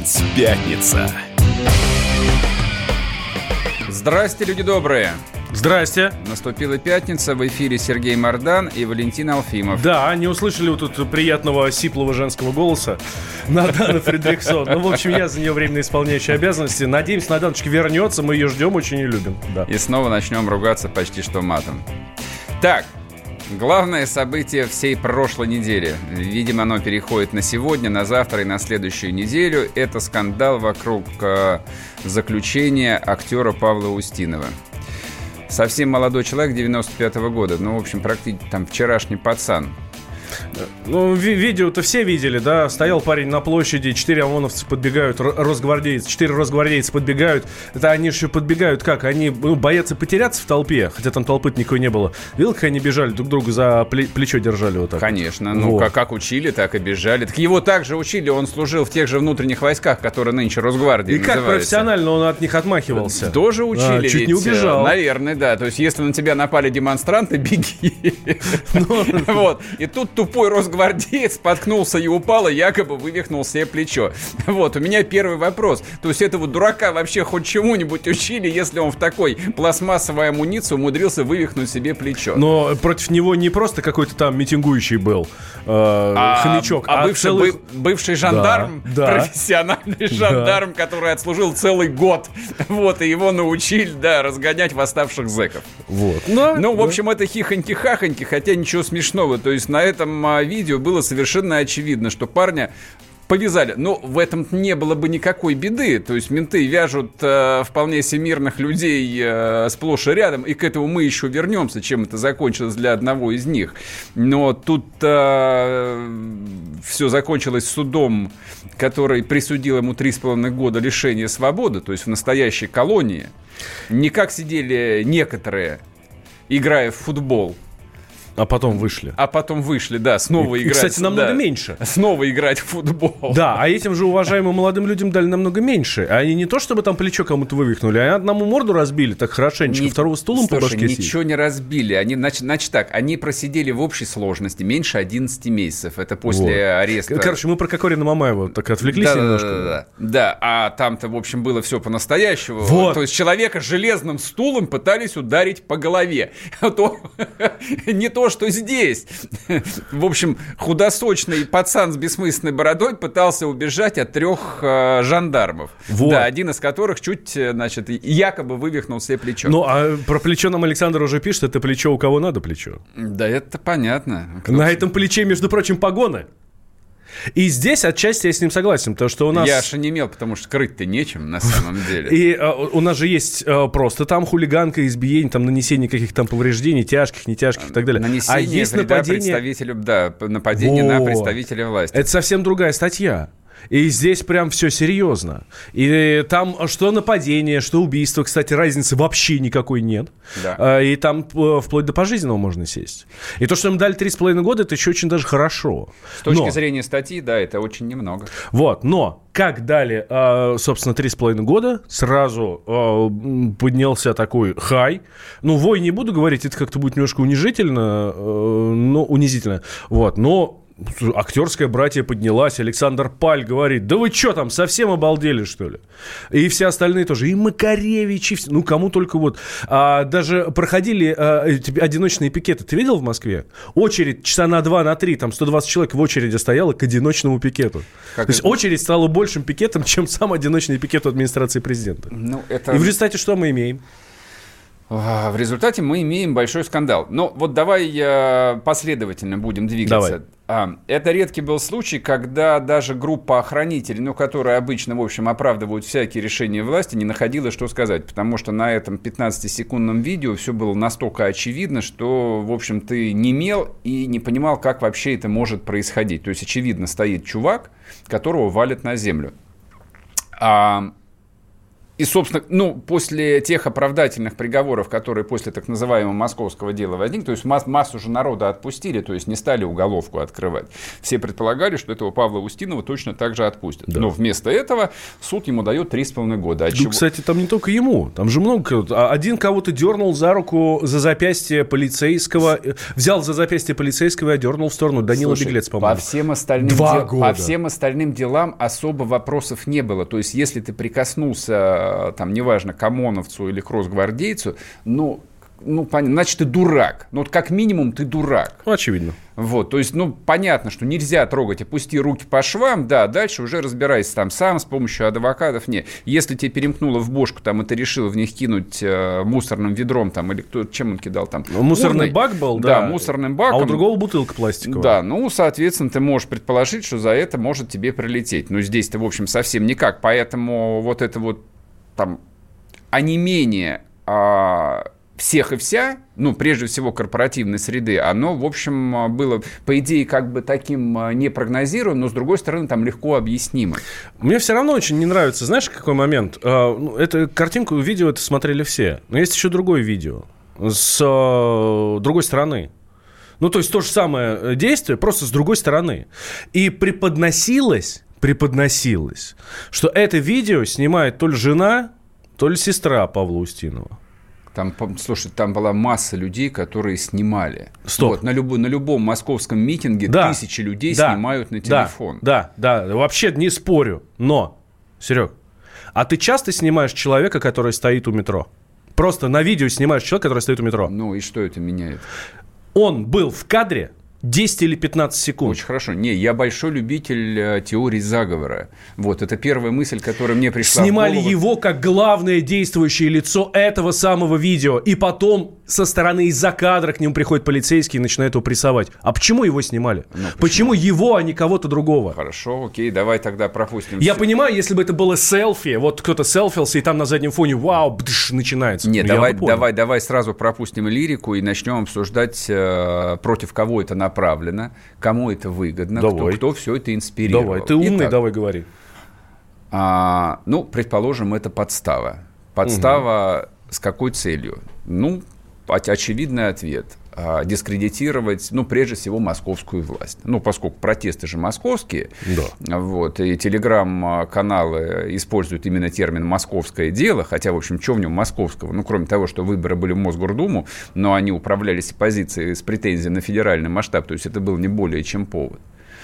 Дождь, пятница. Здрасте, люди добрые. Здрасте. Наступила пятница, в эфире Сергей Мордан и Валентин Алфимов. Да, не услышали вот тут приятного сиплого женского голоса Надана Фридрихсон. Ну, в общем, я за нее временно исполняющий обязанности. Надеемся, Наданочка вернется, мы ее ждем очень и любим. Да. И снова начнем ругаться почти что матом. Так, главное событие всей прошлой недели. Видимо, оно переходит на сегодня, на завтра и на следующую неделю. Это скандал вокруг заключения актера Павла Устинова. Совсем молодой человек, 95-го года. Ну, в общем, практически там вчерашний пацан. Ну, видео-то все видели, да? Стоял парень на площади, 4 ОМОНовца подбегают, 4 росгвардейца подбегают. Это они еще подбегают как? Они боятся потеряться в толпе, хотя там толпы никакой не было. Видел, как они бежали, друг друга за плечо держали вот так? Конечно, ну как учили, так и бежали. Так его также учили, он служил в тех же внутренних войсках, которые нынче Росгвардией называются. И как профессионально он от них отмахивался. Тоже учили, чуть не убежал. Наверное, да. То есть, если на тебя напали демонстранты, беги. Вот. И тут тупой росгвардеец споткнулся и упал, и якобы вывихнул себе плечо. Вот, у меня первый вопрос. То есть этого дурака вообще хоть чему-нибудь учили, если он в такой пластмассовой амуниции умудрился вывихнуть себе плечо? Но против него не просто какой-то там митингующий был хомячок, бывший жандарм, профессиональный жандарм, который отслужил целый год. Вот, и его научили, разгонять восставших зэков. Вот. В общем, это хихоньки-хахоньки, хотя ничего смешного. То есть на этом видео было совершенно очевидно, что парня повязали. Но в этом не было бы никакой беды. То есть менты вяжут вполне себе мирных людей сплошь и рядом. И к этому мы еще вернемся, чем это закончилось для одного из них. Но тут все закончилось судом, который присудил ему 3,5 года лишения свободы. То есть в настоящей колонии. Не как сидели некоторые, играя в футбол. А потом вышли, снова играть. Кстати, намного меньше. Снова играть в футбол. Да, а этим же уважаемым молодым людям дали намного меньше. Они не то, чтобы там плечо кому-то вывихнули, а одному морду разбили так хорошенечко, второго стулом по башке сидит. Ничего не разбили. Они, значит так, они просидели в общей сложности меньше 11 месяцев. Это после ареста. Короче, мы про Кокорина Мамаева так отвлеклись немножко. Да, а там-то, в общем, было все по-настоящему. Вот. То есть человека железным стулом пытались ударить по голове. Не то, что здесь. В общем, худосочный пацан с бессмысленной бородой пытался убежать от 3 жандармов. Вот. Да, один из которых чуть, якобы вывихнул себе плечо. Ну, а про плечо нам Александр уже пишет, это плечо у кого надо плечо. Да, это понятно. На этом плече, между прочим, погоны. И здесь отчасти я с ним согласен, потому что у нас... Я аж онемел, потому что крыть-то нечем на самом деле. И у нас же есть просто там хулиганка, избиение, там нанесение каких-то там повреждений, тяжких, не тяжких и так далее. Нанесение есть нападение на представителя власти. Это совсем другая статья. И здесь прям все серьезно. И там что нападение, что убийство. Кстати, разницы вообще никакой нет. Да. И там вплоть до пожизненного можно сесть. И то, что им дали 3,5 года, это еще очень даже хорошо. С точки зрения статьи, да, это очень немного. Вот, но как дали, собственно, 3,5 года, сразу поднялся такой хай. Ну, вой не буду говорить, это как-то будет немножко унизительно, но унизительно. Вот, но... Актерское братье поднялась, Александр Паль говорит: да вы что там, совсем обалдели, что ли? И все остальные тоже, и Макаревич, и все, ну кому только вот. Даже проходили одиночные пикеты. Ты видел в Москве? Очередь часа на 2, на 3, там 120 человек в очереди стояло к одиночному пикету. То есть очередь стала большим пикетом, чем сам одиночный пикет у администрации президента. И в результате что мы имеем? В результате мы имеем большой скандал. Но вот давай последовательно будем двигаться. Это редкий был случай, когда даже группа охранителей, которые обычно, в общем, оправдывают всякие решения власти, не находила, что сказать. Потому что на этом 15-секундном видео все было настолько очевидно, что, в общем, ты немел и не понимал, как вообще это может происходить. То есть, очевидно, стоит чувак, которого валят на землю. И, собственно, после тех оправдательных приговоров, которые после так называемого московского дела возникли, то есть массу же народа отпустили, то есть не стали уголовку открывать. Все предполагали, что этого Павла Устинова точно так же отпустят. Да. Но вместо этого суд ему дает 3,5 года. Кстати, там не только ему, там же много. Один кого-то дернул за руку, за запястье полицейского, взял за запястье полицейского и одернул в сторону. Данила Беглец, по-моему. По всем остальным делам особо вопросов не было. То есть, если ты прикоснулся там, неважно, к ОМОНовцу или к росгвардейцу, значит, ты дурак. Как минимум, ты дурак. Очевидно. Вот, то есть, понятно, что нельзя трогать, опусти руки по швам, да, дальше уже разбирайся там сам с помощью адвокатов. Нет, если тебе перемкнуло в бошку, там, и ты решил в них кинуть мусорным ведром, там, или чем он кидал там? Мусорный бак был, да. Да, мусорным баком. А у другого бутылка пластиковая. Да, соответственно, ты можешь предположить, что за это может тебе прилететь. Но здесь-то, в общем, совсем никак. Поэтому вот это вот там онемение всех и вся, прежде всего корпоративной среды, оно, в общем, было, по идее, как бы таким непрогнозируемым, но, с другой стороны, там легко объяснимо. Мне все равно очень не нравится, знаешь, какой момент? Эту картинку, видео это смотрели все, но есть еще другое видео с другой стороны. То есть то же самое действие, просто с другой стороны. И преподносилось, что это видео снимает то ли жена, то ли сестра Павла Устинова. Слушай, там была масса людей, которые снимали. Стоп. Вот, на любом московском митинге тысячи людей снимают на телефон. Да, вообще не спорю. Но, Серег, а ты часто снимаешь человека, который стоит у метро? Просто на видео снимаешь человека, который стоит у метро. И что это меняет? Он был в кадре 10 или 15 секунд. Очень хорошо. Я большой любитель теории заговора. Вот, это первая мысль, которая мне пришла Снимали в голову. его как главное действующее лицо этого самого видео. И потом со стороны из-за кадра к нему приходит полицейский и начинает его прессовать. А почему его снимали? Почему его, а не кого-то другого? Хорошо, окей, давай тогда пропустим. Я понимаю, если бы это было селфи, вот кто-то селфился, и там на заднем фоне вау, начинается. Нет, давай сразу пропустим лирику и начнем обсуждать, против кого это направлено, кому это выгодно, кто все это инспирировал. Давай, ты умный, давай говори. Предположим, это подстава. Подстава с какой целью? Очевидный ответ. Дискредитировать, прежде всего, московскую власть. Поскольку протесты же московские, да. Вот, и телеграм-каналы используют именно термин «московское дело», хотя, в общем, что в нем московского? Кроме того, что выборы были в Мосгордуму, но они управлялись оппозицией с претензией на федеральный масштаб, то есть это был не более чем повод.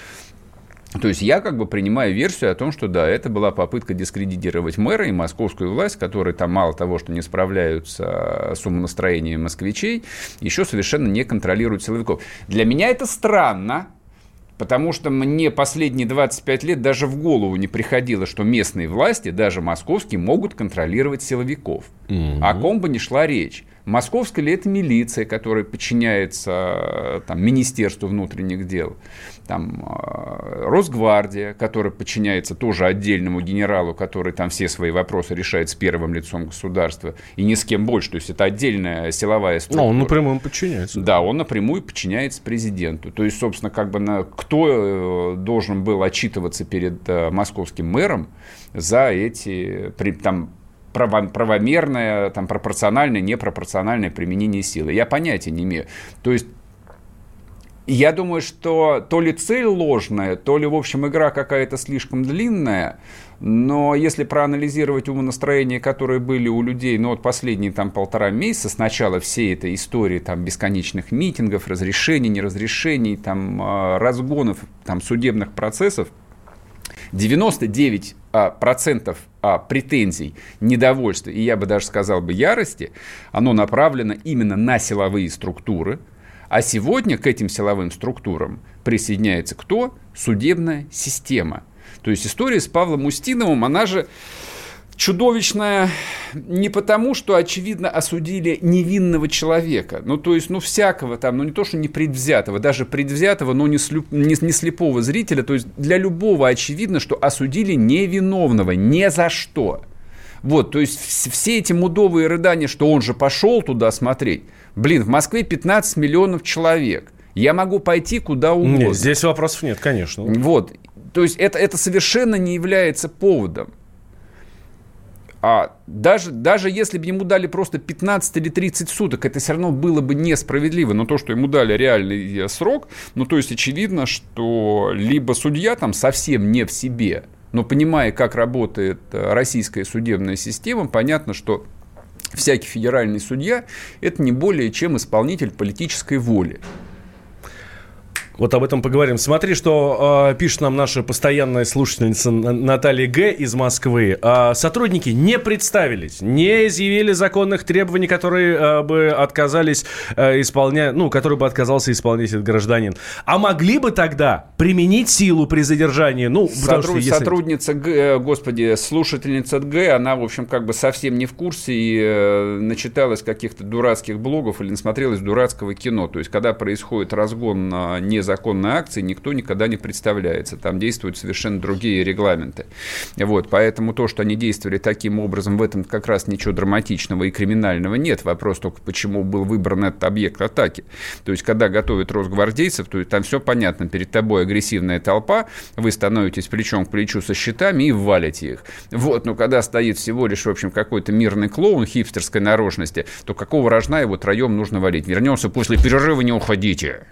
То есть я принимаю версию о том, что да, это была попытка дискредитировать мэра и московскую власть, которые там мало того, что не справляются с умонастроением москвичей, еще совершенно не контролируют силовиков. Для меня это странно, потому что мне последние 25 лет даже в голову не приходило, что местные власти, даже московские, могут контролировать силовиков. О ком бы ни шла речь. Московская ли это милиция, которая подчиняется Министерству внутренних дел, Росгвардия, которая подчиняется тоже отдельному генералу, который все свои вопросы решает с первым лицом государства и ни с кем больше, то есть это отдельная силовая структура. Он напрямую подчиняется. Да, он напрямую подчиняется президенту. То есть, собственно, кто должен был отчитываться перед московским мэром за эти правомерное, пропорциональное, непропорциональное применение силы. Я понятия не имею. То есть, я думаю, что то ли цель ложная, то ли, в общем, игра какая-то слишком длинная, но если проанализировать умонастроения, которые были у людей, последние 1,5 месяца, с начала всей этой истории бесконечных митингов, разрешений, неразрешений, разгонов, судебных процессов, 99% претензий, недовольства, и я бы даже сказал ярости, оно направлено именно на силовые структуры. А сегодня к этим силовым структурам присоединяется кто? Судебная система. То есть история с Павлом Устиновым, она же чудовищная не потому, что, очевидно, осудили невинного человека. Всякого не то, что не предвзятого, даже предвзятого, но не слепого зрителя. То есть для любого очевидно, что осудили невиновного ни за что. Вот, то есть все эти мудовые рыдания, что он же пошел туда смотреть. В Москве 15 миллионов человек. Я могу пойти куда угодно. Нет, здесь вопросов нет, конечно. Вот, то есть это совершенно не является поводом. Даже если бы ему дали просто 15 или 30 суток, это все равно было бы несправедливо. Но то, что ему дали реальный срок, то есть очевидно, что либо судья там совсем не в себе, но понимая, как работает российская судебная система, понятно, что всякий федеральный судья – это не более чем исполнитель политической воли. Вот об этом поговорим. Смотри, что пишет нам наша постоянная слушательница Наталья Г. из Москвы. Сотрудники не представились, не изъявили законных требований, которые бы отказались исполнять, которые бы отказался исполнять этот гражданин. А могли бы тогда применить силу при задержании? Сотрудница Г, слушательница Г, она, в общем, как бы совсем не в курсе и начиталась каких-то дурацких блогов или насмотрелась дурацкого кино. То есть, когда происходит разгон незаконной акции, никто никогда не представляется. Там действуют совершенно другие регламенты. Поэтому то, что они действовали таким образом, в этом как раз ничего драматичного и криминального нет. Вопрос только, почему был выбран этот объект атаки. То есть, когда готовят росгвардейцев, то там все понятно. Перед тобой агрессивная толпа, вы становитесь плечом к плечу со щитами и валите их. Но когда стоит всего лишь, в общем, какой-то мирный клоун хипстерской наружности, то какого рожна его троем нужно валить? Вернемся после перерыва, не уходите.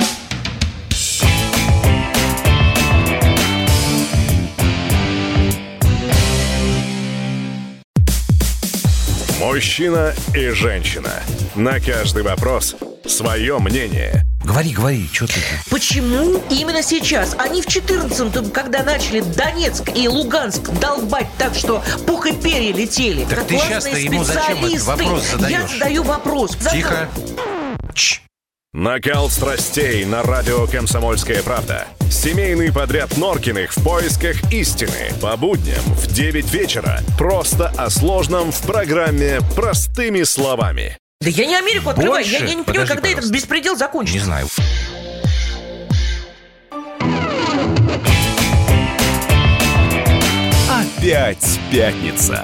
Мужчина и женщина. На каждый вопрос свое мнение. Говори, что ты? Почему именно сейчас? Они в 14-м, когда начали Донецк и Луганск долбать так, что пух и перья летели. Так ты сейчас-то ему зачем этот вопрос задаешь? Я задаю вопрос. Тихо. Накал страстей на радио «Комсомольская правда». Семейный подряд Норкиных в поисках истины. По будням в 9 вечера. Просто о сложном в программе «Простыми словами». Да я не Америку открываю. Я не понимаю, когда этот беспредел закончится. Не знаю. Опять пятница.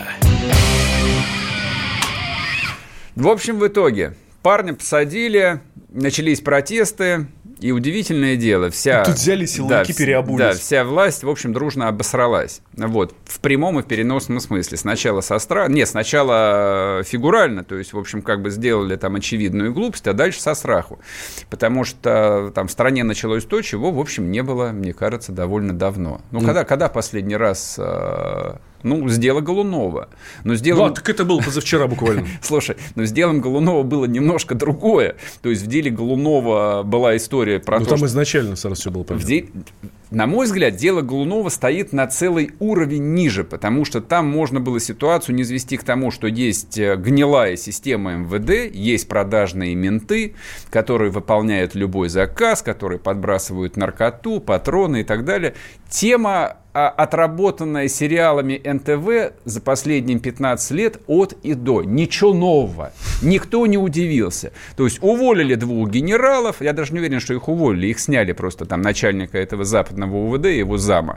В общем, в итоге парня посадили, начались протесты, и удивительное дело, тут взяли силовики, переобулись. Да, вся власть, в общем, дружно обосралась. В прямом и переносном смысле. Сначала сначала фигурально, то есть, в общем, как бы сделали там очевидную глупость, а дальше со страху. Потому что там в стране началось то, чего, в общем, не было, мне кажется, довольно давно. Когда последний раз... с дела Голунова. Так это было позавчера буквально. Слушай, с делом Голунова было немножко другое. То есть в деле Голунова была история про то, там что... изначально сразу все было понятно. На мой взгляд, дело Голунова стоит на целый уровень ниже, потому что там можно было ситуацию не свести к тому, что есть гнилая система МВД, есть продажные менты, которые выполняют любой заказ, которые подбрасывают наркоту, патроны и так далее. Тема, отработанная сериалами НТВ за последние 15 лет от и до. Ничего нового. Никто не удивился. То есть уволили 2 генералов, я даже не уверен, что их уволили, их сняли просто там начальника этого западного УВД и его зама.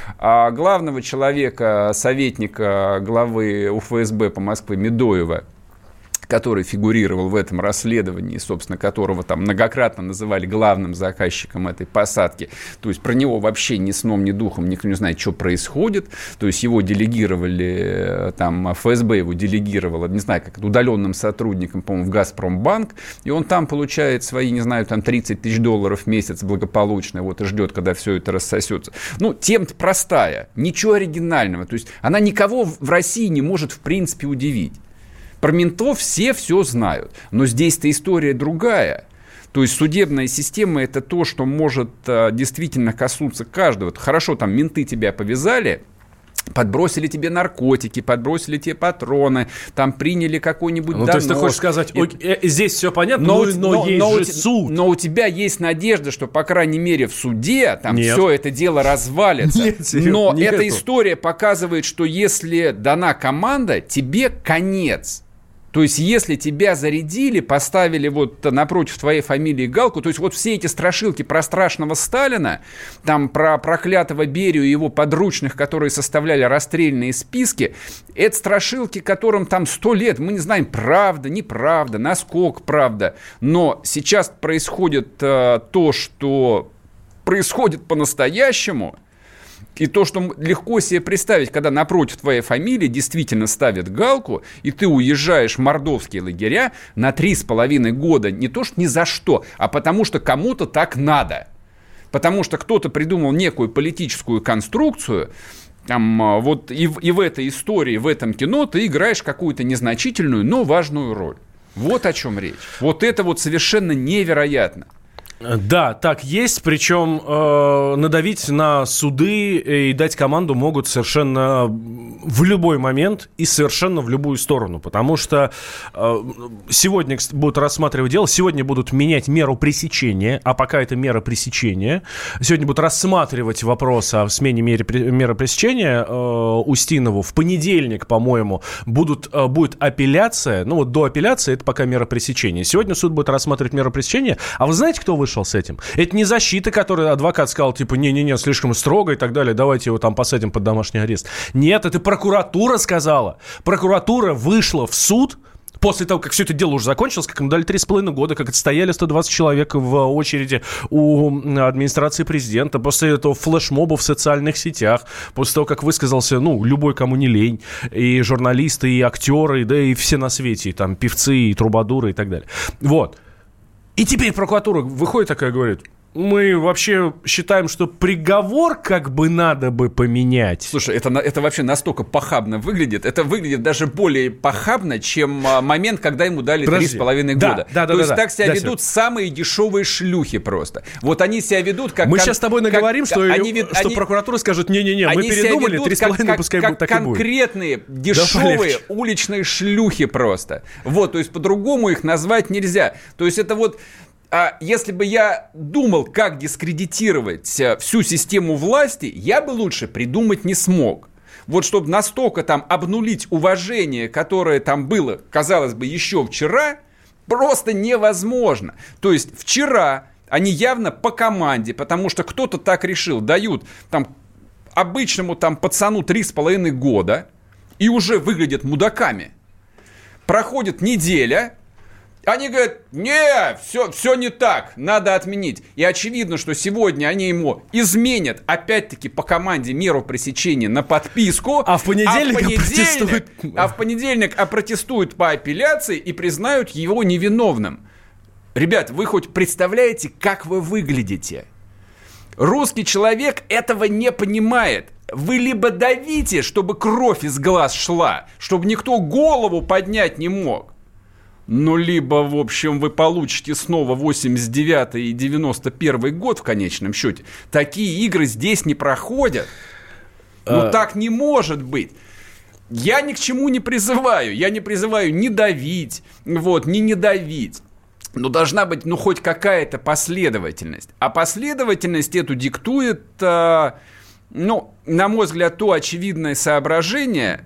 А главного человека, советника главы УФСБ по Москве Медоева, который фигурировал в этом расследовании, собственно, которого там многократно называли главным заказчиком этой посадки. То есть про него вообще ни сном, ни духом никто не знает, что происходит. То есть его делегировали, там ФСБ его делегировало, не знаю, как удаленным сотрудником, по-моему, в Газпромбанк, и он там получает свои, не знаю, там $30 тысяч в месяц благополучно, и ждет, когда все это рассосется. Тема-то простая, ничего оригинального. То есть она никого в России не может в принципе удивить. Про ментов все знают, но здесь-то история другая. То есть судебная система – это то, что может действительно коснуться каждого. Хорошо, там менты тебя повязали, подбросили тебе наркотики, подбросили тебе патроны, там приняли какой-нибудь донос. То есть ты хочешь сказать, здесь все понятно, но есть же суд. Но у тебя есть надежда, что, по крайней мере, в суде там все это дело развалится. Но эта история показывает, что если дана команда, тебе конец. То есть, если тебя зарядили, поставили напротив твоей фамилии галку, то есть, все эти страшилки про страшного Сталина, там про проклятого Берию и его подручных, которые составляли расстрельные списки, это страшилки, которым там 100 лет, мы не знаем, правда, неправда, насколько правда. Но сейчас происходит то, что происходит по-настоящему. И то, что легко себе представить, когда напротив твоей фамилии действительно ставят галку, и ты уезжаешь в мордовские лагеря на 3,5 года не то что ни за что, а потому что кому-то так надо. Потому что кто-то придумал некую политическую конструкцию, там, вот и в этой истории, в этом кино ты играешь какую-то незначительную, но важную роль. Вот о чем речь. Вот это вот совершенно невероятно. Да, так есть, причем надавить на суды и дать команду могут совершенно в любой момент и совершенно в любую сторону, потому что сегодня будут рассматривать дело, сегодня будут менять меру пресечения, а пока это мера пресечения, сегодня будут рассматривать вопрос о смене меры пресечения Устинову, в понедельник, по-моему, будет апелляция, ну вот до апелляции это пока мера пресечения, сегодня суд будет рассматривать меру пресечения, а вы знаете, кто вышел с этим? Это не защита, которой адвокат сказал, типа, не-не-не, слишком строго и так далее, давайте его там посадим под домашний арест. Нет, это прокуратура сказала. Прокуратура вышла в суд после того, как все это дело уже закончилось, как им дали 3,5 года, как отстояли 120 человек в очереди у администрации президента, после этого флешмоба в социальных сетях, после того, как высказался, любой, кому не лень, и журналисты, и актеры, да и все на свете, и там певцы, и трубадуры, и так далее. Вот. И теперь прокуратура выходит такая, говорит, мы вообще считаем, что приговор как бы надо бы поменять. Слушай, это вообще настолько похабно выглядит. Это выглядит даже более похабно, чем момент, когда ему дали 3,5 года. То есть так себя ведут самые дешевые шлюхи просто. Вот они себя ведут как... Мы сейчас с тобой наговорим, что прокуратура скажет, не-не-не, мы передумали, 3,5 пускай так и будет. Как конкретные дешевые уличные шлюхи просто. Вот, то есть по-другому их назвать нельзя. То есть это вот... А если бы я думал, как дискредитировать всю систему власти, я бы лучше придумать не смог. Вот чтобы настолько там обнулить уважение, которое там было, казалось бы, еще вчера, просто невозможно. То есть вчера они явно по команде, потому что кто-то так решил, дают там обычному там пацану 3,5 года и уже выглядят мудаками. Проходит неделя... Они говорят, все не так, надо отменить. И очевидно, что сегодня они ему изменят, опять-таки, по команде меру пресечения на подписку. А в понедельник протестуют по апелляции и признают его невиновным. Ребят, вы хоть представляете, как вы выглядите? Русский человек этого не понимает. Вы либо давите, чтобы кровь из глаз шла, чтобы никто голову поднять не мог. Либо, в общем, вы получите снова 89-й и 91-й год в конечном счете. Такие игры здесь не проходят. Так не может быть. Я ни к чему не призываю. Я не призываю ни давить, ни не давить. Но должна быть, хоть какая-то последовательность. А последовательность эту диктует, на мой взгляд, то очевидное соображение,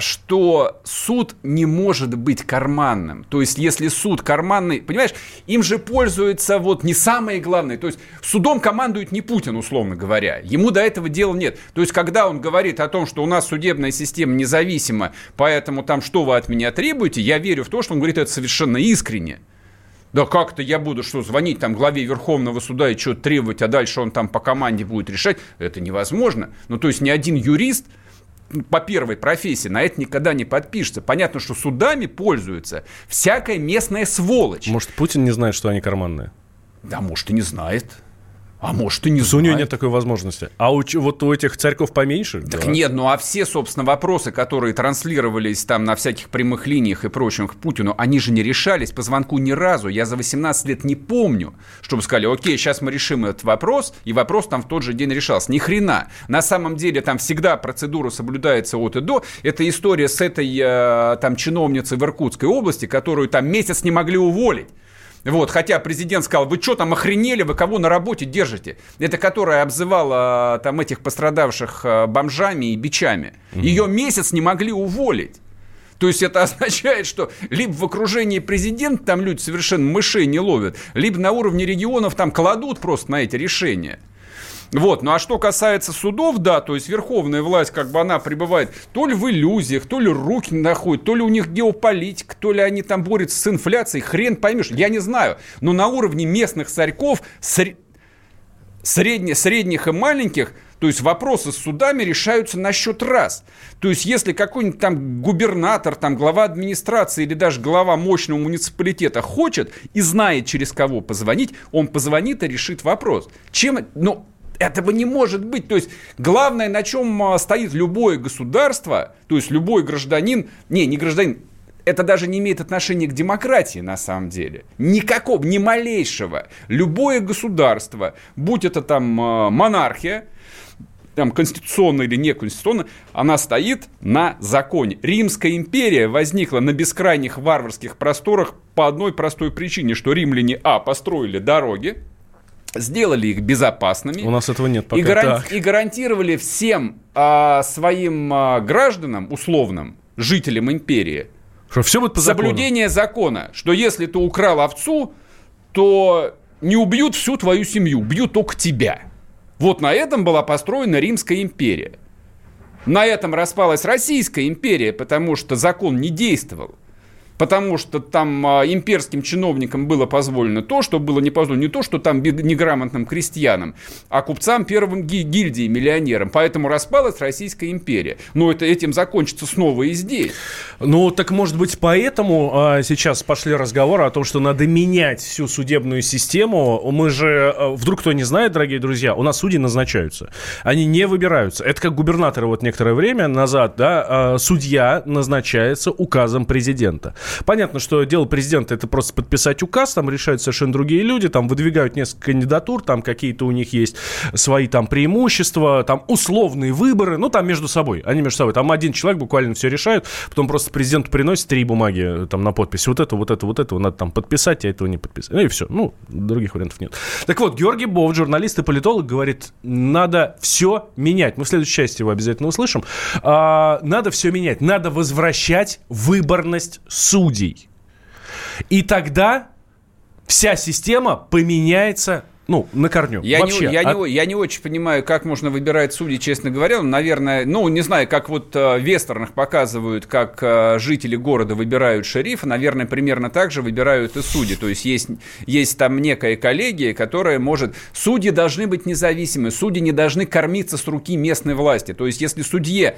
что суд не может быть карманным. То есть, если суд карманный... Понимаешь, им же пользуется не самое главное. То есть, судом командует не Путин, условно говоря. Ему до этого дела нет. То есть, когда он говорит о том, что у нас судебная система независима, поэтому там что вы от меня требуете, я верю в то, что он говорит это совершенно искренне. Да как-то я буду звонить там главе Верховного суда и что-то требовать, а дальше он там по команде будет решать. Это невозможно. То есть, ни один юрист... по первой профессии на это никогда не подпишется. Понятно, что судами пользуется всякая местная сволочь. Может, Путин не знает, что они карманные? Да, может, и не знает. А может, и не знает. У него нет такой возможности. А у этих царьков поменьше? Так да. Нет, а все, собственно, вопросы, которые транслировались там на всяких прямых линиях и прочем к Путину, они же не решались по звонку ни разу. Я за 18 лет не помню, чтобы сказали, окей, сейчас мы решим этот вопрос, и вопрос там в тот же день решался. Ни хрена. На самом деле там всегда процедура соблюдается от и до. Это история с этой там чиновницей в Иркутской области, которую там месяц не могли уволить. Хотя президент сказал, вы что там охренели, вы кого на работе держите? Это которая обзывала там этих пострадавших бомжами и бичами. Ее месяц не могли уволить. То есть это означает, что либо в окружении президента там люди совершенно мышей не ловят, либо на уровне регионов там кладут просто на эти решения. А что касается судов, да, то есть верховная власть, она пребывает то ли в иллюзиях, то ли руки находят, то ли у них геополитика, то ли они там борются с инфляцией, хрен поймешь, я не знаю. Но на уровне местных царьков, средних и маленьких, То есть вопросы с судами решаются на счет раз. То есть если какой-нибудь там губернатор, там глава администрации или даже глава мощного муниципалитета хочет и знает, через кого позвонить, он позвонит и решит вопрос. Этого не может быть. То есть главное, на чем стоит любое государство, то есть любой гражданин, не гражданин, это даже не имеет отношения к демократии на самом деле. Никакого, ни малейшего. Любое государство, будь это там монархия, там, конституционно или неконституционно, она стоит на законе. Римская империя возникла на бескрайних варварских просторах по одной простой причине, что римляне, построили дороги, сделали их безопасными. У нас этого нет пока. И гарантировали всем своим гражданам, условным, жителям империи, что все будет по закону. Соблюдение закона, что если ты украл овцу, то не убьют всю твою семью, убьют только тебя. Вот на этом была построена Римская империя. На этом распалась Российская империя, потому что закон не действовал. Потому что там имперским чиновникам было позволено то, что было не позволено. Не то, что там неграмотным крестьянам, а купцам первым гильдии, миллионерам. Поэтому распалась Российская империя. Но этим закончится снова и здесь. Ну, так может быть поэтому сейчас пошли разговоры о том, что надо менять всю судебную систему. Мы же, вдруг кто не знает, дорогие друзья, у нас судьи назначаются. Они не выбираются. Это как губернаторы вот некоторое время назад, да, судья назначается указом президента. Понятно, что дело президента — это просто подписать указ, там решают совершенно другие люди, там выдвигают несколько кандидатур, там какие-то у них есть свои там преимущества, там условные выборы, там между собой, они между собой, там один человек буквально все решает, потом просто президенту приносит 3 бумаги там на подпись, вот это надо там подписать, а этого не подписать, и все, других вариантов нет. Так вот, Георгий Бофт, журналист и политолог, говорит, надо все менять, мы в следующей части его обязательно услышим, надо все менять, надо возвращать выборность судей. И тогда вся система поменяется, на корню. Я не очень понимаю, как можно выбирать судей, честно говоря. Наверное, не знаю, как вот в вестернах показывают, как жители города выбирают шерифа. Наверное, примерно так же выбирают и судьи. То есть есть там некая коллегия, которая может... Судьи должны быть независимы. Судьи не должны кормиться с руки местной власти. То есть если судье...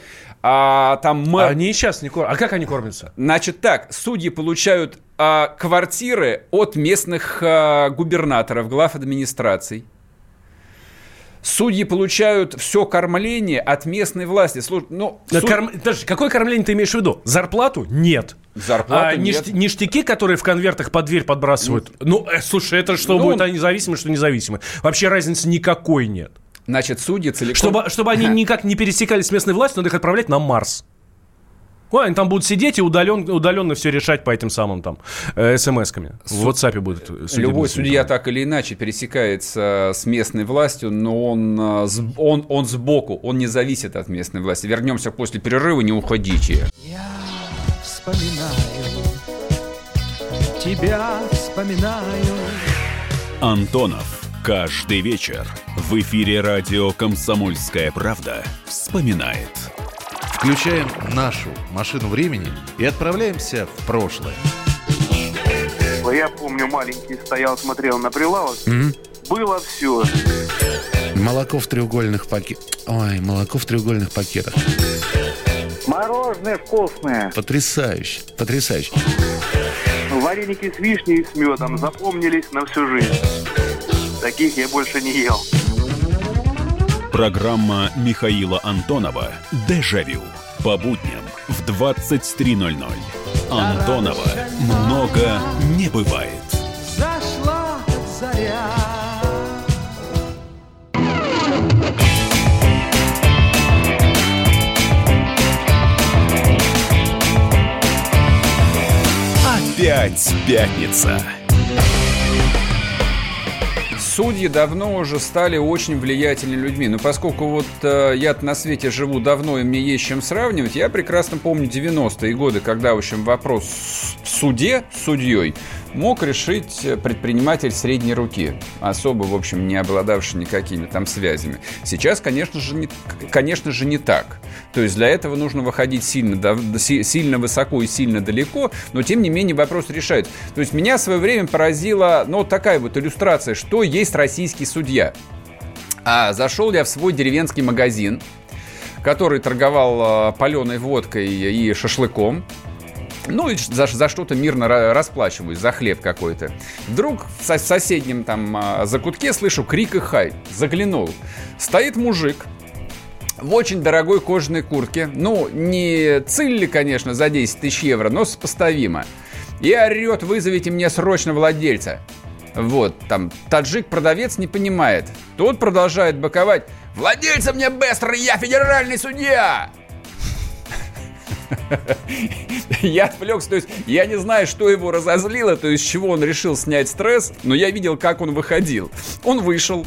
Они сейчас не кормятся. А как они кормятся? Значит так, судьи получают квартиры от местных губернаторов, глав администраций. Судьи получают все кормление от местной власти. Подожди, какое кормление ты имеешь в виду? Зарплату? Нет. Зарплату нет. Ништяки, которые в конвертах под дверь подбрасывают? Слушай, это что будет, они независимы, что независимы? Вообще разницы никакой нет. Значит, судьи целиком... Чтобы они никак не пересекались с местной властью, надо их отправлять на Марс. Они там будут сидеть и удаленно все решать по этим самым там смс-ками. В WhatsApp будут. Любой судья так или иначе пересекается с местной властью, но он сбоку, он не зависит от местной власти. Вернемся после перерыва, не уходите. Я вспоминаю, тебя вспоминаю. Антонов. Каждый вечер в эфире радио «Комсомольская правда» вспоминает. Включаем нашу машину времени и отправляемся в прошлое. Я помню, маленький стоял, смотрел на прилавок. Было все. Молоко в треугольных пакетах. Молоко в треугольных пакетах. Мороженое вкусное. Потрясающе. Вареники с вишней и с медом запомнились на всю жизнь. Таких я больше не ел. Программа Михаила Антонова «Дежавю». По будням в 23:00. Антонова много не бывает. Зашла заря. Опять пятница. Судьи давно уже стали очень влиятельными людьми. Но поскольку я на свете живу давно, и мне есть чем сравнивать, я прекрасно помню 90-е годы, когда, в общем, вопрос в суде с судьей мог решить предприниматель средней руки, особо, в общем, не обладавший никакими там связями. Сейчас, конечно же, не так. То есть для этого нужно выходить сильно высоко и сильно далеко, но, тем не менее, вопрос решается. То есть меня в свое время поразила, такая вот иллюстрация, что есть российский судья. зашел я в свой деревенский магазин, который торговал паленой водкой и шашлыком. Ну, и за что-то мирно расплачиваюсь, за хлеб какой-то. Вдруг в соседнем там закутке слышу крик и хай. Заглянул. Стоит мужик в очень дорогой кожаной куртке. Ну, не цилли, конечно, за 10 тысяч евро, но сопоставимо. И орет: вызовите мне срочно владельца. Вот, там, таджик-продавец не понимает. Тот продолжает быковать: владельца мне быстро, я федеральный судья! Я отвлекся, то есть я не знаю, что его разозлило, то есть с чего он решил снять стресс, но я видел, как он выходил. Он вышел,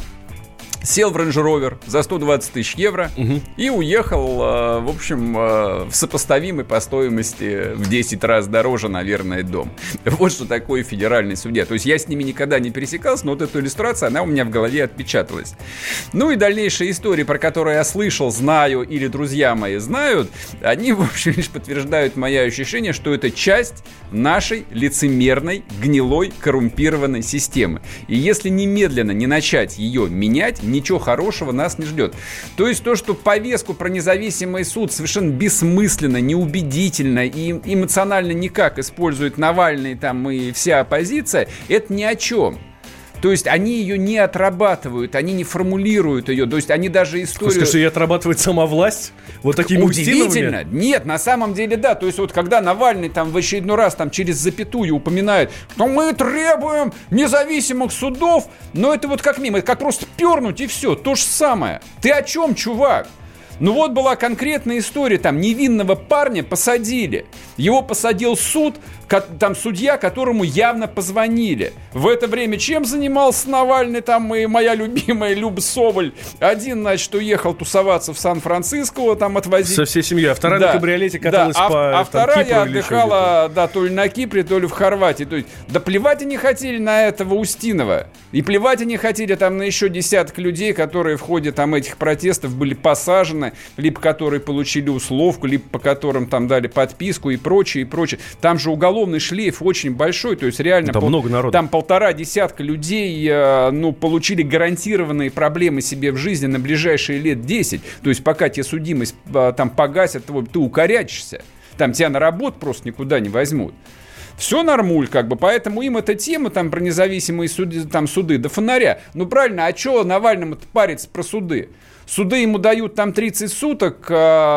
сел в Range Rover за 120 тысяч евро и уехал, в общем, в сопоставимый по стоимости в 10 раз дороже, наверное, дом. Вот что такое федеральный судья. То есть я с ними никогда не пересекался, но вот эта иллюстрация, она у меня в голове отпечаталась. Ну и дальнейшие истории, про которые я слышал, знаю или друзья мои знают, они, в общем, лишь подтверждают мое ощущение, что это часть нашей лицемерной, гнилой, коррумпированной системы. И если немедленно не начать ее менять, ничего хорошего нас не ждет. То есть то, что повестку про независимый суд совершенно бессмысленно, неубедительно и эмоционально никак использует Навальный там и вся оппозиция, это ни о чем. То есть они ее не отрабатывают, они не формулируют ее. То есть они даже историю... Скажи, что ее отрабатывает сама власть? Вот такими удивительно. Нет, на самом деле, да. То есть вот когда Навальный там в очередной раз там через запятую упоминает, что мы требуем независимых судов, но это вот как мимо, это как просто пернуть и все. То же самое. Ты о чем, чувак? Ну вот была конкретная история, там невинного парня посадили. Его посадил суд, там судья, которому явно позвонили. В это время чем занимался Навальный, там и моя любимая Люба Соболь? Один, значит, уехал тусоваться в Сан-Франциско, там отвозить. Со всей семьей, а вторая на кабриолете каталась по вторая Кипру отдыхала, да, то ли на Кипре, то ли в Хорватии. То есть, да плевать они хотели на этого Устинова. И плевать они хотели там на еще десяток людей, которые в ходе там этих протестов были посажены, либо которые получили условку, либо по которым там дали подписку и прочее, и прочее. Там же уголовный шлейф очень большой, то есть реально там много народу. Там 1,5 десятка людей, получили гарантированные проблемы себе в жизни на ближайшие лет 10. То есть пока тебе судимость там погасят, ты укорячишься. Там тебя на работу просто никуда не возьмут. Все нормуль, как бы, поэтому им эта тема там про независимые суды до фонаря. Ну правильно, а что Навальному-то париться про суды? Суды ему дают там 30 суток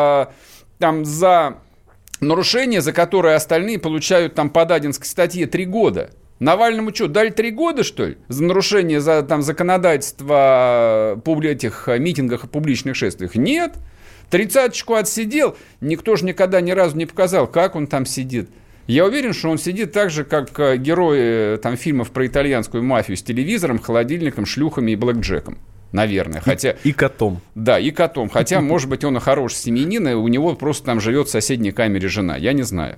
там за нарушение, за которое остальные получают там по Дадинской статье 3 года. Навальному что, дали 3 года, что ли? За нарушение там законодательства по этих митингах и публичных шествиях? Нет. 30-очку отсидел, никто же никогда ни разу не показал, как он там сидит. Я уверен, что он сидит так же, как герои там фильмов про итальянскую мафию с телевизором, холодильником, шлюхами и блэкджеком. Наверное, хотя... И котом. Да, и котом. Хотя, может быть, он и хороший семьянин, и у него просто там живет в соседней камере жена. Я не знаю.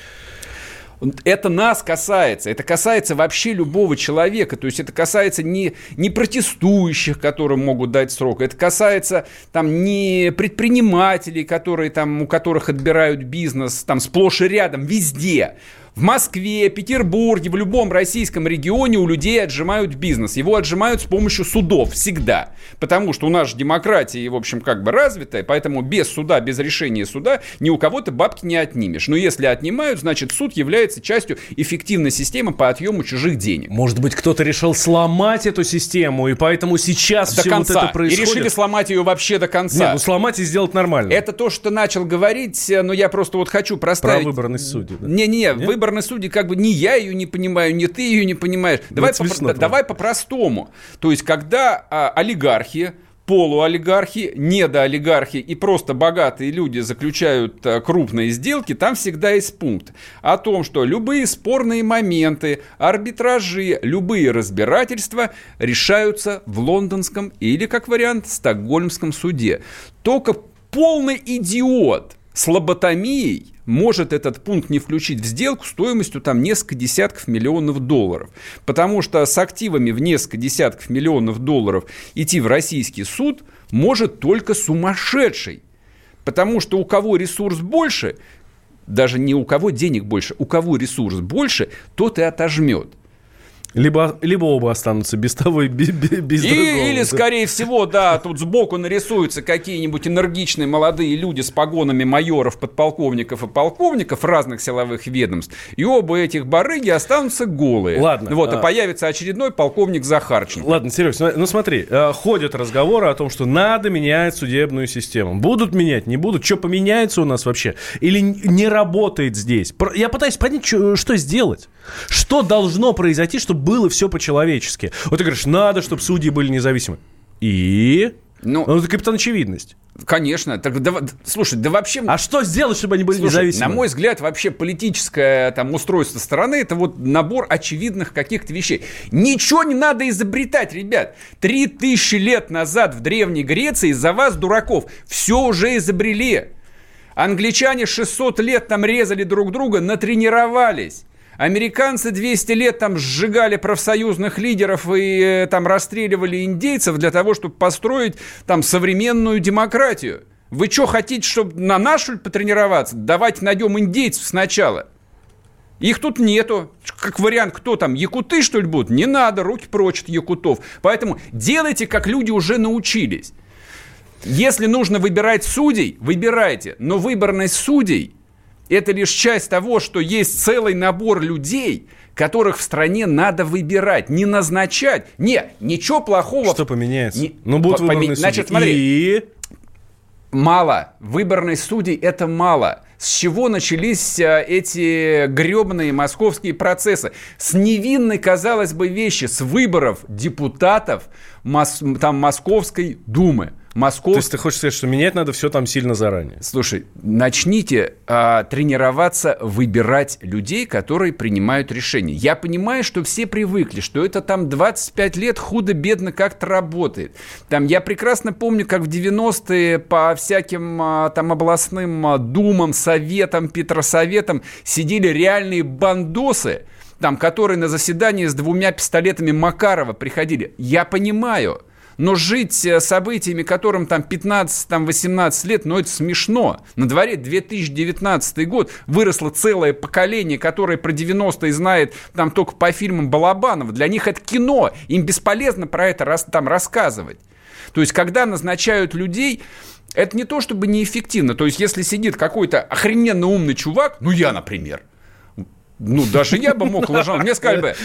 Это нас касается. Это касается вообще любого человека. То есть это касается не протестующих, которым могут дать срок. Это касается там не предпринимателей, которые, там, у которых отбирают бизнес там, сплошь и рядом, везде. В Москве, Петербурге, в любом российском регионе у людей отжимают бизнес. Его отжимают с помощью судов всегда. Потому что у нас же демократия, в общем, как бы развитая, поэтому без суда, без решения суда ни у кого-то бабки не отнимешь. Но если отнимают, значит суд является частью эффективной системы по отъему чужих денег. Может быть, кто-то решил сломать эту систему, и поэтому сейчас до все конца. Вот это происходит. И решили сломать ее вообще до конца. Нет, сломать и сделать нормально. Это то, что ты начал говорить, но я просто вот хочу проставить... Про выборность судей. Да? Не-не, выборность судей, как бы ни я ее не понимаю, ни ты ее не понимаешь. Давай по-простому. То есть, когда олигархи, полуолигархи, недоолигархи и просто богатые люди заключают крупные сделки, там всегда есть пункт о том, что любые спорные моменты, арбитражи, любые разбирательства решаются в лондонском или, как вариант, стокгольмском суде. Только полный идиот с лоботомией может этот пункт не включить в сделку стоимостью там несколько десятков миллионов долларов. Потому что с активами в несколько десятков миллионов долларов идти в российский суд может только сумасшедший. Потому что у кого ресурс больше, даже не у кого денег больше, у кого ресурс больше, тот и отожмет. Либо оба останутся без того и без другого. Или, скорее всего, да, тут сбоку нарисуются какие-нибудь энергичные молодые люди с погонами майоров, подполковников и полковников разных силовых ведомств, и оба этих барыги останутся голые. Ладно. Вот, и появится очередной полковник Захарченко. Ладно, Серег, ну смотри, ходят разговоры о том, что надо менять судебную систему. Будут менять, не будут? Что поменяется у нас вообще? Или не работает здесь? Я пытаюсь понять, что сделать. Что должно произойти, чтобы было все по-человечески? Вот ты говоришь, надо, чтобы судьи были независимы. И... Ну, это капитан очевидность. Конечно. Так, да, слушай, да вообще... А что сделать, чтобы они были независимы? На мой взгляд, вообще политическое там устройство страны — это вот набор очевидных каких-то вещей. Ничего не надо изобретать, ребят. 3000 лет назад в Древней Греции из-за вас, дураков, все уже изобрели. Англичане 600 лет там резали друг друга, натренировались. Американцы 200 лет там сжигали профсоюзных лидеров и там расстреливали индейцев для того, чтобы построить там современную демократию. Вы что, хотите, чтобы на нашу потренироваться? Давайте найдем индейцев сначала. Их тут нету. Как вариант, кто там, якуты, что ли, будут? Не надо, руки прочь от якутов. Поэтому делайте, как люди уже научились. Если нужно выбирать судей, выбирайте. Но выборность судей — это лишь часть того, что есть целый набор людей, которых в стране надо выбирать, не назначать. Ничего плохого. Что поменяется? Будут выборные судьи. Значит, смотри. Мало. Выборность судей – это мало. С чего начались эти гребаные московские процессы? С невинной, казалось бы, вещи, с выборов депутатов Московской Думы. То есть ты хочешь сказать, что менять надо все там сильно заранее? Слушай, начните тренироваться выбирать людей, которые принимают решения. Я понимаю, что все привыкли, что это там 25 лет худо-бедно как-то работает. Там, я прекрасно помню, как в 90-е по всяким там областным думам, советам, петросоветам сидели реальные бандосы, там, которые на заседание с 2 пистолетами Макарова приходили. Я понимаю. Но жить событиями, которым там 15-18 лет, это смешно. На дворе 2019 год, выросло целое поколение, которое про 90-е знает там только по фильмам Балабанова. Для них это кино, им бесполезно про это там рассказывать. То есть, когда назначают людей, это не то чтобы неэффективно. То есть, если сидит какой-то охрененно умный чувак, я, например, даже я бы мог ложать, мне сказали бы,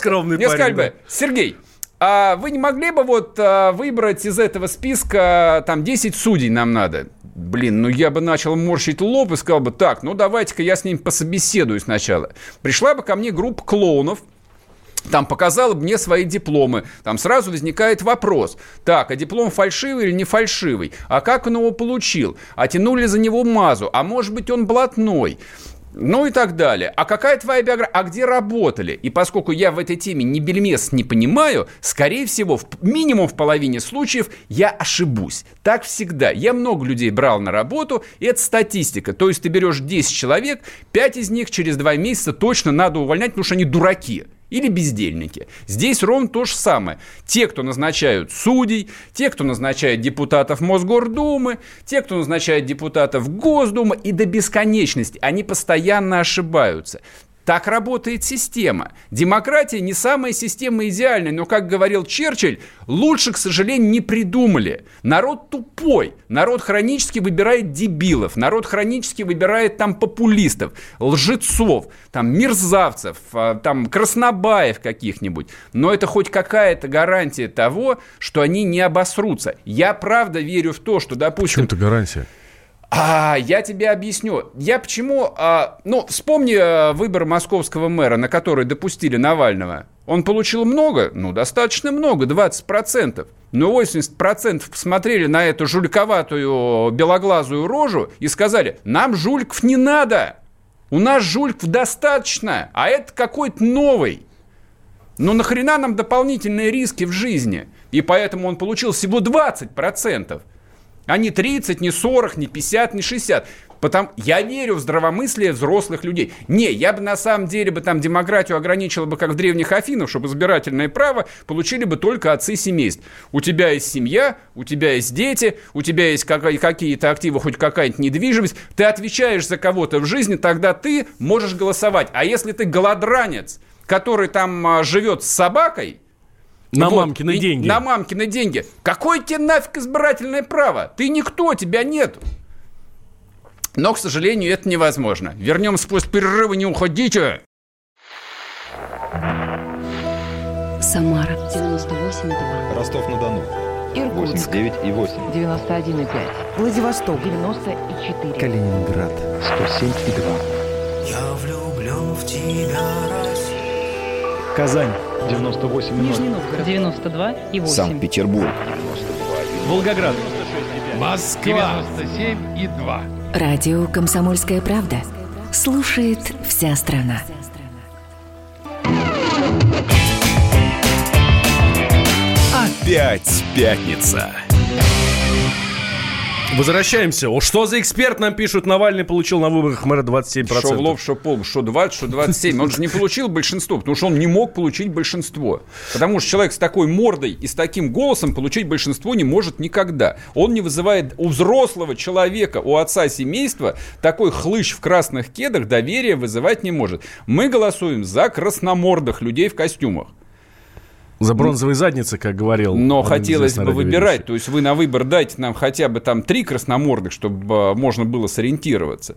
Сергей, а вы не могли бы выбрать из этого списка там 10 судей нам надо? Я бы начал морщить лоб и сказал бы, так, давайте-ка я с ним пособеседую сначала. Пришла бы ко мне группа клоунов, там показала бы мне свои дипломы. Там сразу возникает вопрос. Так, а диплом фальшивый или не фальшивый? А как он его получил? А тянули за него мазу? А может быть, он блатной? И так далее. А какая твоя биография? А где работали? И поскольку я в этой теме ни бельмес не понимаю, скорее всего, минимум в половине случаев я ошибусь. Так всегда. Я много людей брал на работу, и это статистика. То есть ты берешь 10 человек, 5 из них через 2 месяца точно надо увольнять, потому что они дураки. Или бездельники. Здесь ровно то же самое. Те, кто назначают судей, те, кто назначает депутатов Мосгордумы, те, кто назначает депутатов Госдумы, и до бесконечности они постоянно ошибаются. Так работает система. Демократия не самая система идеальная, но, как говорил Черчилль, лучше, к сожалению, не придумали. Народ тупой. Народ хронически выбирает дебилов. Народ хронически выбирает там популистов, лжецов, там мерзавцев, там краснобаев каких-нибудь. Но это хоть какая-то гарантия того, что они не обосрутся. Я правда верю в то, что, допустим... В чем это гарантия? Я тебе объясню. Я почему... вспомни выбор московского мэра, на который допустили Навального. Он получил много? Достаточно много, 20%. Но 80% посмотрели на эту жульковатую белоглазую рожу и сказали, нам жульков не надо. У нас жульков достаточно, а это какой-то новый. Нахрена нам дополнительные риски в жизни? И поэтому он получил всего 20%. А не 30, не 40, не 50, не 60. Я верю в здравомыслие взрослых людей. Я бы на самом деле там демократию ограничила бы, как в древних Афинах, чтобы избирательное право получили бы только отцы семейств. У тебя есть семья, у тебя есть дети, у тебя есть какие-то активы, хоть какая-нибудь недвижимость. Ты отвечаешь за кого-то в жизни, тогда ты можешь голосовать. А если ты голодранец, который там живет с собакой, на мамкины деньги. На мамкины деньги. Какое тебе нафиг избирательное право? Ты никто, тебя нет. Но, к сожалению, это невозможно. Вернемся после перерыва, не уходите. Самара 98,2. Ростов-на-Дону. Иркутск 89,8. 91,5. Владивосток 94. Калининград 107,2. Я влюблен в тебя, Россия. Казань 98,0. Нижний Новгород 92,8. Санкт-Петербург 92,1. Волгоград. Москва 97,2. Радио «Комсомольская правда». Слушает вся страна. Опять пятница. Возвращаемся. Что за эксперт, нам пишут, Навальный получил на выборах мэра 27%. Шо в лоб, шо пол, шо 20, шо 27. Он же не получил большинство, потому что он не мог получить большинство. Потому что человек с такой мордой и с таким голосом получить большинство не может никогда. Он не вызывает у взрослого человека, у отца семейства, такой хлыщ в красных кедах доверия вызывать не может. Мы голосуем за красномордых людей в костюмах. За бронзовые задницы, как говорил. Но хотелось бы выбирать. То есть вы на выбор дайте нам хотя бы там 3 красномордых, чтобы можно было сориентироваться.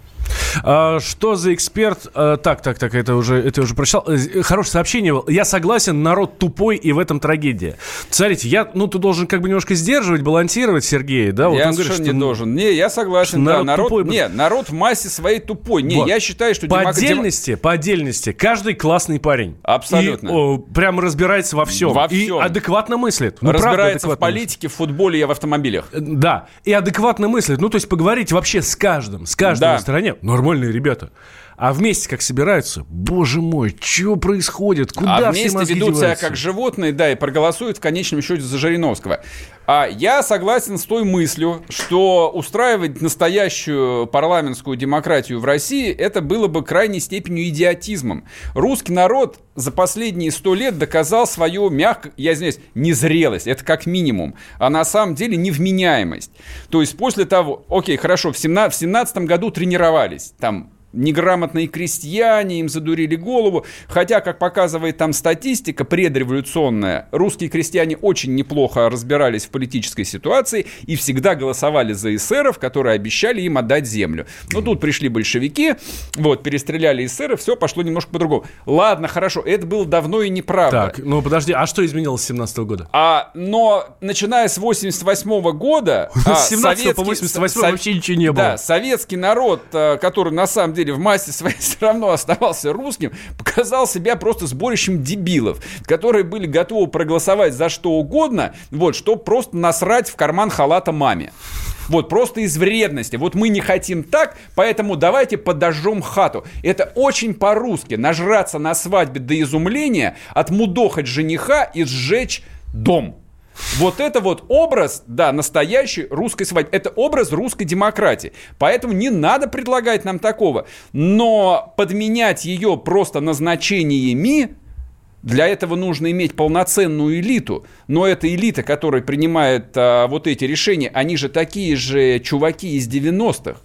Что за эксперт? Так, это уже прочитал. Хорошее сообщение было. Я согласен, народ тупой, и в этом трагедия. Смотрите, ты должен как бы немножко сдерживать, балансировать Сергея, да? Я совершенно не должен. Не, я согласен, да. Народ в массе своей тупой. Не, я считаю, что... По отдельности, каждый классный парень. Абсолютно. И прямо разбирается во всем. И адекватно мыслит. Разбирается в политике, в футболе и в автомобилях. Да, и адекватно мыслит. То есть поговорить вообще с каждым на стороне. Нормальные ребята. А вместе как собираются, боже мой, что происходит? Куда все мозги ведут себя деваются? как животные, да, и проголосуют в конечном счете за Жириновского. Я согласен с той мыслью, что устраивать настоящую парламентскую демократию в России, это было бы крайней степенью идиотизмом. Русский народ за последние 100 лет доказал свою, незрелость, это как минимум, а на самом деле невменяемость. То есть после того, хорошо, в 17 году тренировались, там, неграмотные крестьяне, им задурили голову. Хотя, как показывает там статистика предреволюционная, русские крестьяне очень неплохо разбирались в политической ситуации и всегда голосовали за эсеров, которые обещали им отдать землю. Но тут пришли большевики, перестреляли эсеров, все пошло немножко по-другому. Ладно, хорошо, это было давно и неправда. Так, подожди, а что изменилось с 17 года? Но начиная с 88 года... С 17 по 88 вообще ничего не было. Да, советский народ, который на самом деле в массе своей все равно оставался русским, показал себя просто сборищем дебилов, которые были готовы проголосовать за что угодно, чтобы просто насрать в карман халата маме. Просто из вредности. Мы не хотим так, поэтому давайте подожжем хату. Это очень по-русски. Нажраться на свадьбе до изумления, отмудохать жениха и сжечь дом. Это образ, настоящей русской свадьбы. Это образ русской демократии. Поэтому не надо предлагать нам такого. Но подменять ее просто назначениями, для этого нужно иметь полноценную элиту. Но эта элита, которая принимает эти решения, они же такие же чуваки из 90-х.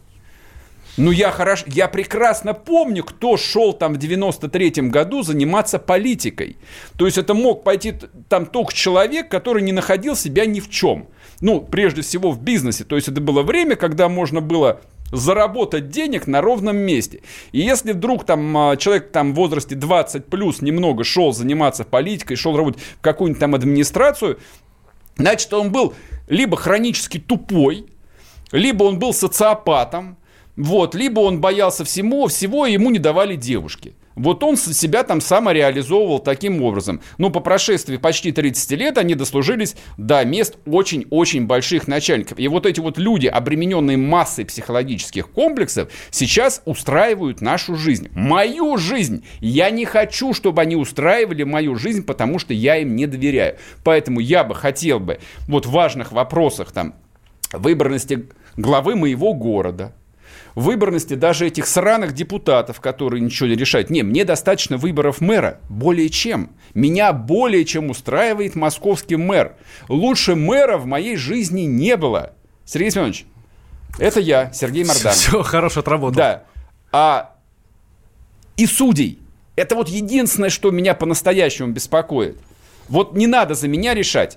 Я прекрасно помню, кто шел там в 93-м году заниматься политикой. То есть это мог пойти там только человек, который не находил себя ни в чем. Прежде всего в бизнесе. То есть это было время, когда можно было заработать денег на ровном месте. И если вдруг человек в возрасте 20 плюс немного шел заниматься политикой, шел работать в какую-нибудь там администрацию, значит, он был либо хронически тупой, либо он был социопатом, либо он боялся всего, и ему не давали девушки. Он себя там самореализовывал таким образом. По прошествии почти 30 лет они дослужились до мест очень-очень больших начальников. И эти люди, обремененные массой психологических комплексов, сейчас устраивают нашу жизнь. Мою жизнь! Я не хочу, чтобы они устраивали мою жизнь, потому что я им не доверяю. Поэтому я бы хотел в важных вопросах выборности главы моего города, выборности даже этих сраных депутатов, которые ничего не решают. Мне достаточно выборов мэра. Более чем. Меня более чем устраивает московский мэр. Лучше мэра в моей жизни не было. Сергей Семенович, это я, Сергей Мордан. Все, хорошо отработал. Да. И судей. Это вот единственное, что меня по-настоящему беспокоит. Вот не надо за меня решать.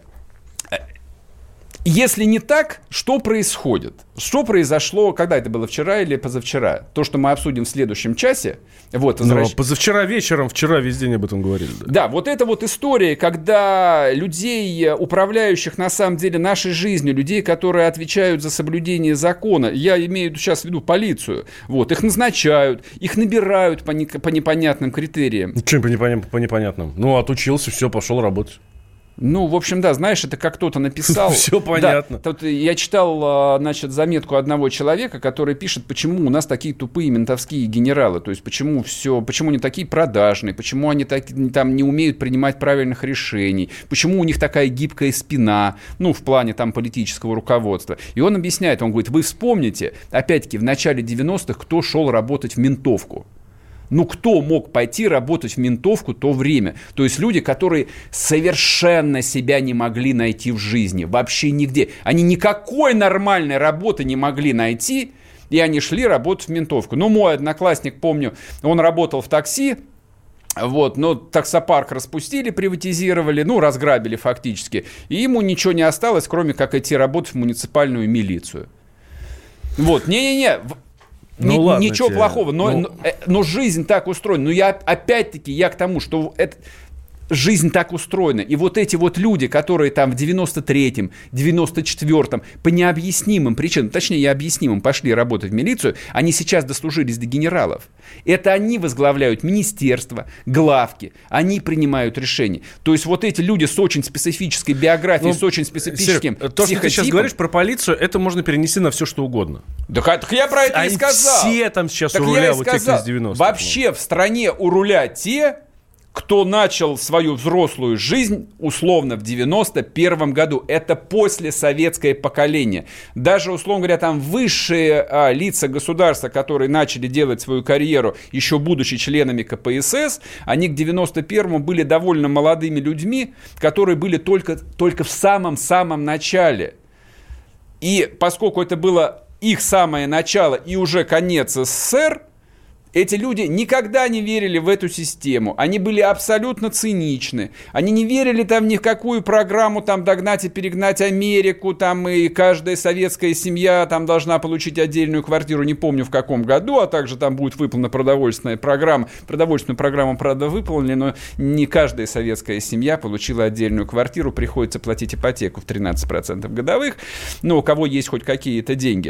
Если не так, что происходит? Что произошло, когда это было, вчера или позавчера? То, что мы обсудим в следующем часе. Вот, позавчера вечером, вчера весь день об этом говорили. Да, вот это вот история, когда людей, управляющих на самом деле нашей жизнью, людей, которые отвечают за соблюдение закона, я имею сейчас в виду полицию, вот, их назначают, их набирают по непонятным критериям. Чем по непонятным? Ну, отучился, все, пошел работать. Ну, в общем, да, знаешь, это как кто-то написал. Все понятно. Да, я читал, значит, заметку одного человека, который пишет, почему у нас такие тупые ментовские генералы, то есть почему они такие продажные, почему они там не умеют принимать правильных решений, почему у них такая гибкая спина, ну, в плане там политического руководства. И он объясняет, он говорит, вы вспомните, опять-таки, в начале 90-х, кто шел работать в ментовку. Ну, кто мог пойти работать в ментовку в то время? То есть люди, которые совершенно себя не могли найти в жизни, вообще нигде. Они никакой нормальной работы не могли найти, и они шли работать в ментовку. Ну, мой одноклассник, помню, он работал в такси, вот, но таксопарк распустили, приватизировали, ну, разграбили фактически, и ему ничего не осталось, кроме как идти работать в муниципальную милицию. Вот, Ну, ладно, ничего плохого, но жизнь так устроена. Но я к тому, что жизнь так устроена. И вот эти вот люди, которые там в 93-м, 94-м по необъяснимым причинам, точнее, объяснимым, пошли работать в милицию, они сейчас дослужились до генералов. Это они возглавляют министерства, главки, они принимают решения. То есть вот эти люди с очень специфической биографией, с очень специфическим Серег, то, что ты сейчас говоришь про полицию, это можно перенести на все, что угодно. Так я про это и сказал. Все там сейчас у руля, вот те, кто из 90-х. Вообще в стране у руля те, кто начал свою взрослую жизнь, условно, в 91 году. Это послесоветское поколение. Даже, условно говоря, там высшие лица государства, которые начали делать свою карьеру, еще будучи членами КПСС, они к 91-му были довольно молодыми людьми, которые были только в самом-самом начале. И поскольку это было их самое начало и уже конец СССР, эти люди никогда не верили в эту систему. Они были абсолютно циничны. Они не верили там ни в какую программу там догнать и перегнать Америку, там и каждая советская семья там должна получить отдельную квартиру, не помню в каком году, а также там будет выполнена продовольственная программа. Продовольственную программу, правда, выполнили, но не каждая советская семья получила отдельную квартиру, приходится платить ипотеку в 13% годовых, но у кого есть хоть какие-то деньги.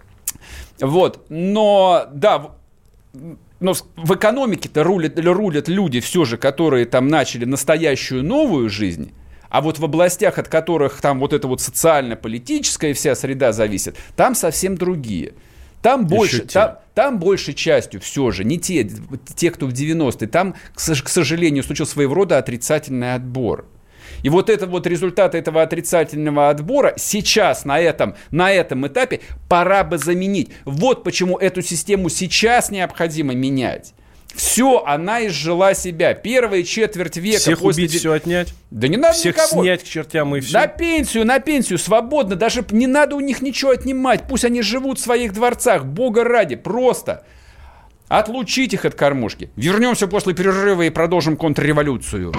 Вот, но, да... Но в экономике-то рулят люди все же, которые там начали настоящую новую жизнь, а вот в областях, от которых там вот эта вот социально-политическая вся среда зависит, там совсем другие. Там большей частью все же не те, кто в 90-е, там, к сожалению, случился своего рода отрицательный отбор. И вот это вот результат этого отрицательного отбора сейчас на этом этапе пора бы заменить. Вот почему эту систему сейчас необходимо менять. Все, она изжила себя. Первая четверть века. Всех убить, все отнять? Да не надо всех никого. Снять к чертям и все. На пенсию, свободно. Даже не надо у них ничего отнимать. Пусть они живут в своих дворцах. Бога ради, просто. Отлучить их от кормушки. Вернемся после перерыва и продолжим контрреволюцию.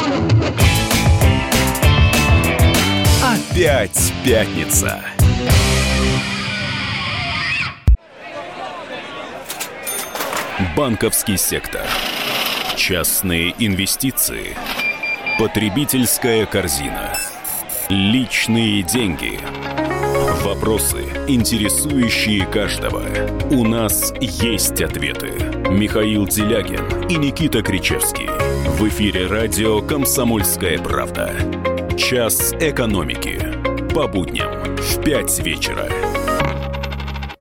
Опять пятница. Банковский сектор. Частные инвестиции. Потребительская корзина. Личные деньги. Вопросы, интересующие каждого. У нас есть ответы. Михаил Делягин и Никита Кричевский. В эфире радио «Комсомольская правда». Час экономики. По будням в 5 вечера.